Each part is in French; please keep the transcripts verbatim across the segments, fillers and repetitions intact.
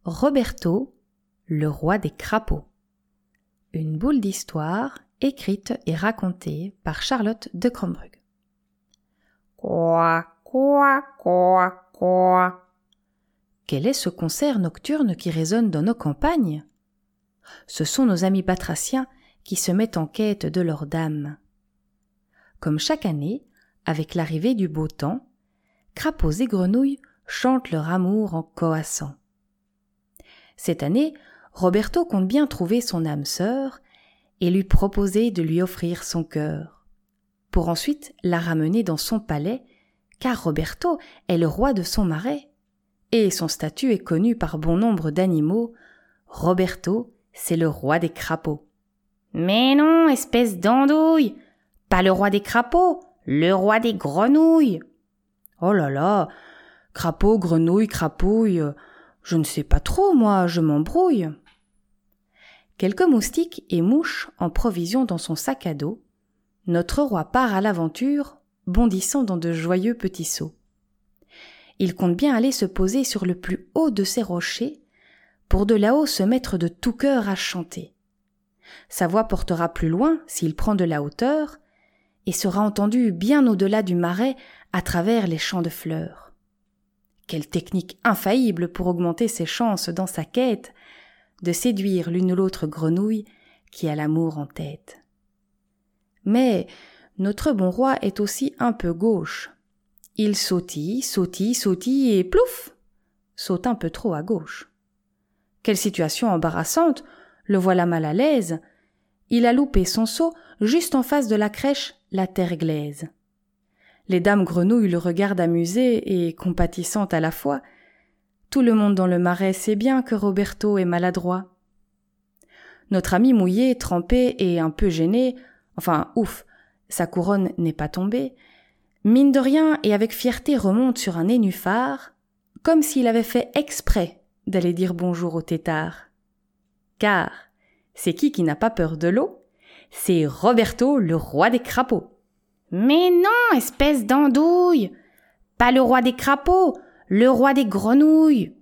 Roberto, le roi des crapauds. Une boule d'histoire écrite et racontée par Charlotte de Crombrugge. Quoi, quoi, quoi, quoi. Quel est ce concert nocturne qui résonne dans nos campagnes? Ce sont nos amis batraciens qui se mettent en quête de leur dame. Comme chaque année, avec l'arrivée du beau temps, crapauds et grenouilles chantent leur amour en coassant. Cette année, Roberto compte bien trouver son âme sœur et lui proposer de lui offrir son cœur, pour ensuite la ramener dans son palais, car Roberto est le roi de son marais, et son statut est connu par bon nombre d'animaux. Roberto, c'est le roi des crapauds. Mais non, espèce d'andouille, pas le roi des crapauds, le roi des grenouilles. Oh là là, crapaud, grenouille, crapouille, je ne sais pas trop, moi, je m'embrouille. Quelques moustiques et mouches en provision dans son sac à dos, notre roi part à l'aventure, bondissant dans de joyeux petits sauts. Il compte bien aller se poser sur le plus haut de ces rochers, pour de là-haut se mettre de tout cœur à chanter. Sa voix portera plus loin s'il prend de la hauteur, et sera entendue bien au-delà du marais à travers les champs de fleurs. Quelle technique infaillible pour augmenter ses chances dans sa quête de séduire l'une ou l'autre grenouille qui a l'amour en tête. Mais notre bon roi est aussi un peu gauche. Il sautille, sautille, sautille et plouf, saute un peu trop à gauche. Quelle situation embarrassante, le voilà mal à l'aise. Il a loupé son saut juste en face de la crèche, la terre glaise. Les dames grenouilles le regardent amusées et compatissantes à la fois. Tout le monde dans le marais sait bien que Roberto est maladroit. Notre ami mouillé, trempé et un peu gêné, enfin ouf, sa couronne n'est pas tombée, mine de rien et avec fierté remonte sur un nénuphar, comme s'il avait fait exprès d'aller dire bonjour au tétard. Car c'est qui qui n'a pas peur de l'eau? C'est Roberto, le roi des crapauds. Mais non, espèce d'andouille, pas le roi des crapauds, le roi des grenouilles.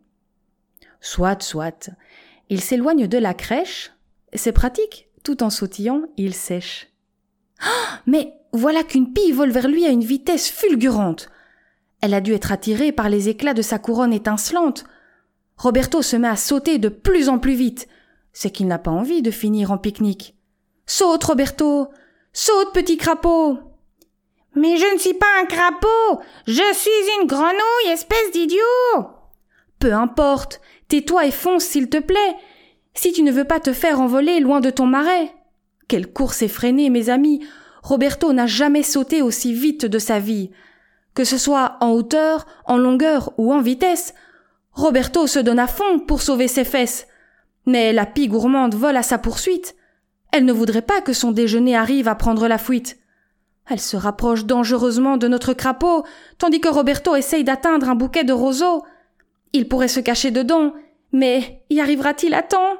Soit, soit, il s'éloigne de la crèche, c'est pratique, tout en sautillant, il sèche. Oh, mais voilà qu'une pie vole vers lui à une vitesse fulgurante. Elle a dû être attirée par les éclats de sa couronne étincelante. Roberto se met à sauter de plus en plus vite. C'est qu'il n'a pas envie de finir en pique-nique. Saute, Roberto! Saute, petit crapaud! Mais je ne suis pas un crapaud! Je suis une grenouille, espèce d'idiot! Peu importe, tais-toi et fonce s'il te plaît, si tu ne veux pas te faire envoler loin de ton marais. Quelle course effrénée, mes amis! Roberto n'a jamais sauté aussi vite de sa vie. Que ce soit en hauteur, en longueur ou en vitesse, Roberto se donne à fond pour sauver ses fesses. Mais la pie gourmande vole à sa poursuite. Elle ne voudrait pas que son déjeuner arrive à prendre la fuite. Elle se rapproche dangereusement de notre crapaud, tandis que Roberto essaye d'atteindre un bouquet de roseaux. Il pourrait se cacher dedans, mais y arrivera-t-il à temps?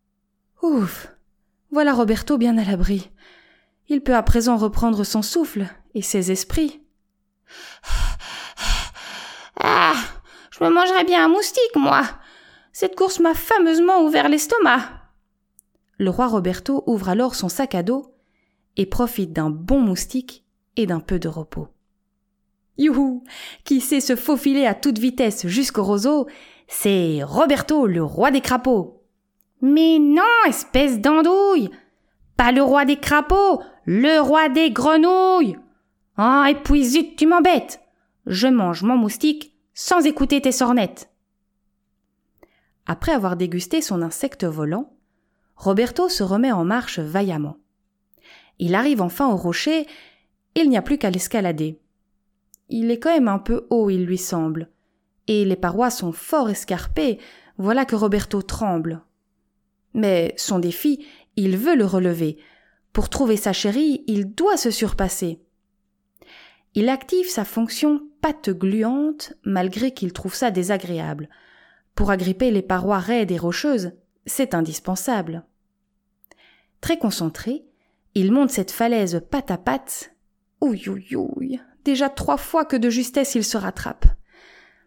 Ouf! Voilà Roberto bien à l'abri. Il peut à présent reprendre son souffle et ses esprits. Ah! Je me mangerais bien un moustique, moi! Cette course m'a fameusement ouvert l'estomac. Le roi Roberto ouvre alors son sac à dos et profite d'un bon moustique et d'un peu de repos. Youhou! Qui sait se faufiler à toute vitesse jusqu'au roseau? C'est Roberto, le roi des crapauds. Mais non, espèce d'andouille! Pas le roi des crapauds, le roi des grenouilles! Ah, et puis zut, tu m'embêtes! Je mange mon moustique sans écouter tes sornettes. Après avoir dégusté son insecte volant, Roberto se remet en marche vaillamment. Il arrive enfin au rocher, il n'y a plus qu'à l'escalader. Il est quand même un peu haut, il lui semble, et les parois sont fort escarpées, voilà que Roberto tremble. Mais son défi, il veut le relever. Pour trouver sa chérie, il doit se surpasser. Il active sa fonction patte gluante, malgré qu'il trouve ça désagréable. Pour agripper les parois raides et rocheuses, c'est indispensable. Très concentré, il monte cette falaise patte à patte. Ouïe, ouïe, ouïe, déjà trois fois que de justesse il se rattrape.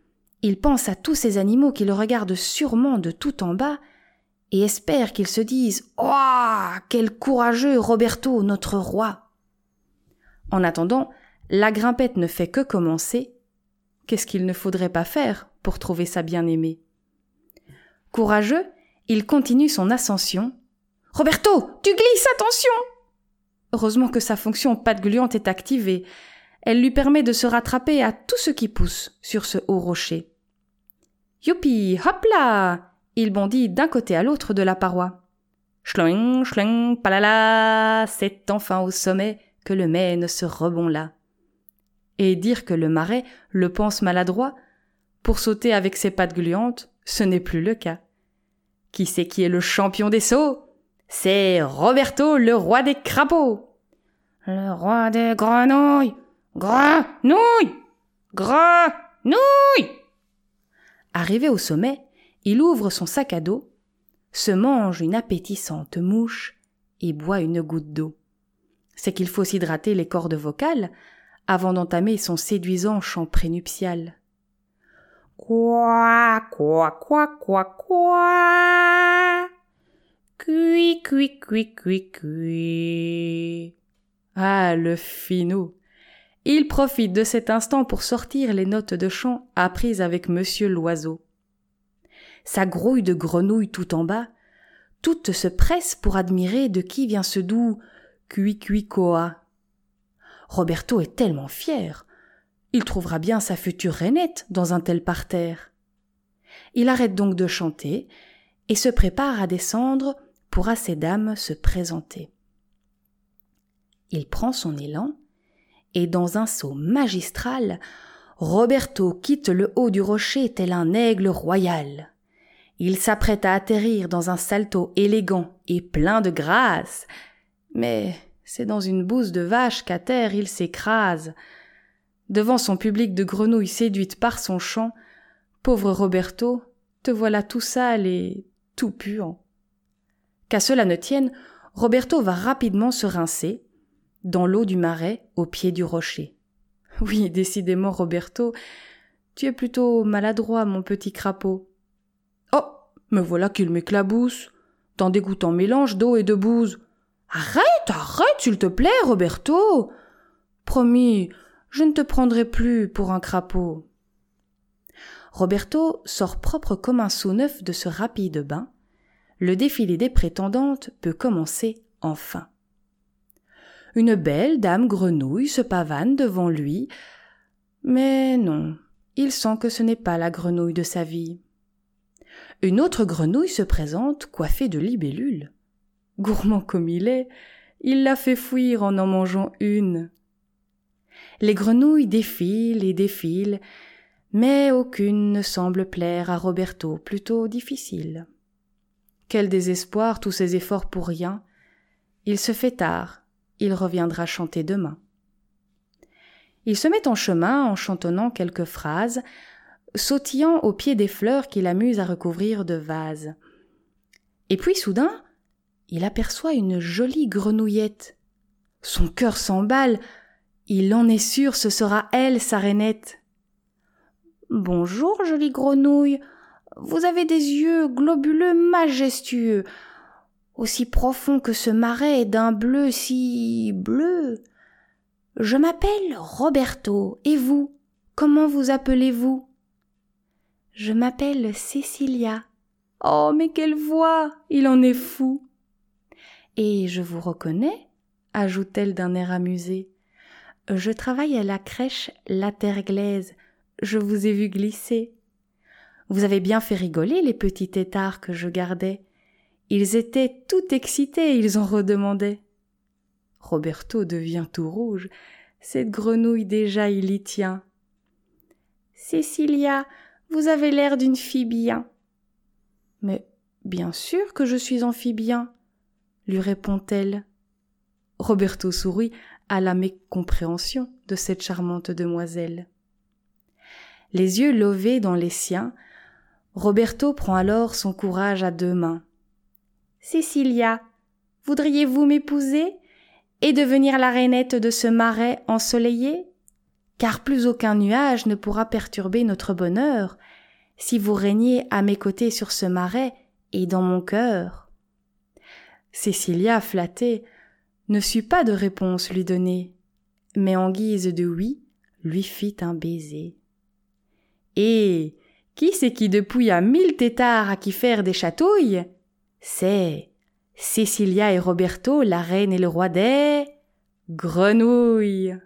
Il pense à tous ces animaux qui le regardent sûrement de tout en bas et espère qu'ils se disent « Oh, quel courageux Roberto, notre roi !» En attendant, la grimpette ne fait que commencer. Qu'est-ce qu'il ne faudrait pas faire pour trouver sa bien-aimée? Courageux, il continue son ascension. « Roberto, tu glisses, attention !» Heureusement que sa fonction patte gluante est activée. Elle lui permet de se rattraper à tout ce qui pousse sur ce haut rocher. Youpi, hop là! Il bondit d'un côté à l'autre de la paroi. Schling, schling, palala, c'est enfin au sommet que le mène ce rebond-là. Et dire que le marais le pense maladroit, pour sauter avec ses pattes gluantes, ce n'est plus le cas. Qui c'est qui est le champion des sauts? C'est Roberto, le roi des crapauds. Le roi des grenouilles, grenouilles, grenouilles. Arrivé au sommet, il ouvre son sac à dos, se mange une appétissante mouche et boit une goutte d'eau. C'est qu'il faut s'hydrater les cordes vocales avant d'entamer son séduisant chant prénuptial. Quoi, quoi, quoi, quoi, quoi. Cui, cui, cui, cui, cui. Ah, le finaud! Il profite de cet instant pour sortir les notes de chant apprises avec Monsieur l'oiseau. Sa grouille de grenouille tout en bas, toutes se pressent pour admirer de qui vient ce doux cui-cui-coa. Roberto est tellement fier. Il trouvera bien sa future rainette dans un tel parterre. Il arrête donc de chanter et se prépare à descendre pour à ces dames se présenter. Il prend son élan et dans un saut magistral, Roberto quitte le haut du rocher tel un aigle royal. Il s'apprête à atterrir dans un salto élégant et plein de grâce, mais c'est dans une bouse de vache qu'à terre il s'écrase. Devant son public de grenouilles séduites par son chant, pauvre Roberto, te voilà tout sale et tout puant. Qu'à cela ne tienne, Roberto va rapidement se rincer, dans l'eau du marais, au pied du rocher. Oui, décidément, Roberto, tu es plutôt maladroit, mon petit crapaud. Oh, me voilà qu'il m'éclabousse, dans dégoûtant mélange d'eau et de bouse. Arrête, arrête, s'il te plaît, Roberto. Promis, je ne te prendrai plus pour un crapaud. Roberto sort propre comme un sou neuf de ce rapide bain. Le défilé des prétendantes peut commencer enfin. Une belle dame grenouille se pavane devant lui, mais non, il sent que ce n'est pas la grenouille de sa vie. Une autre grenouille se présente coiffée de libellules. Gourmand comme il est, il la fait fuir en en mangeant une. Les grenouilles défilent et défilent, mais aucune ne semble plaire à Roberto, plutôt difficile. Quel désespoir, tous ces efforts pour rien. Il se fait tard, il reviendra chanter demain. Il se met en chemin en chantonnant quelques phrases, sautillant au pied des fleurs qu'il amuse à recouvrir de vases. Et puis soudain, il aperçoit une jolie grenouillette. Son cœur s'emballe, il en est sûr, ce sera elle, sa rainette. « Bonjour, jolie grenouille, vous avez des yeux globuleux majestueux, aussi profonds que ce marais d'un bleu si bleu. Je m'appelle Roberto, et vous, comment vous appelez-vous ?»« Je m'appelle Cécilia. »« Oh, mais quelle voix! Il en est fou !»« Et je vous reconnais, » ajoute-t-elle d'un air amusé. « Je travaille à la crèche La Terre-Glaise. Je vous ai vu glisser. Vous avez bien fait rigoler les petits têtards que je gardais. Ils étaient tout excités, ils en redemandaient. » Roberto devient tout rouge. Cette grenouille déjà il y tient. « Cécilia, vous avez l'air d'une fille bien. »« Mais bien sûr que je suis amphibien, » lui répond-elle. Roberto sourit à la mécompréhension de cette charmante demoiselle. Les yeux levés dans les siens, Roberto prend alors son courage à deux mains. « Cécilia, voudriez-vous m'épouser et devenir la rainette de ce marais ensoleillé ? car plus aucun nuage ne pourra perturber notre bonheur, si vous régnez à mes côtés sur ce marais et dans mon cœur. » Cécilia, flattée, ne sut pas de réponse lui donner, mais en guise de oui, lui fit un baiser. Et qui c'est qui depuis a mille têtards à qui faire des chatouilles? C'est Cécilia et Roberto, la reine et le roi des grenouilles.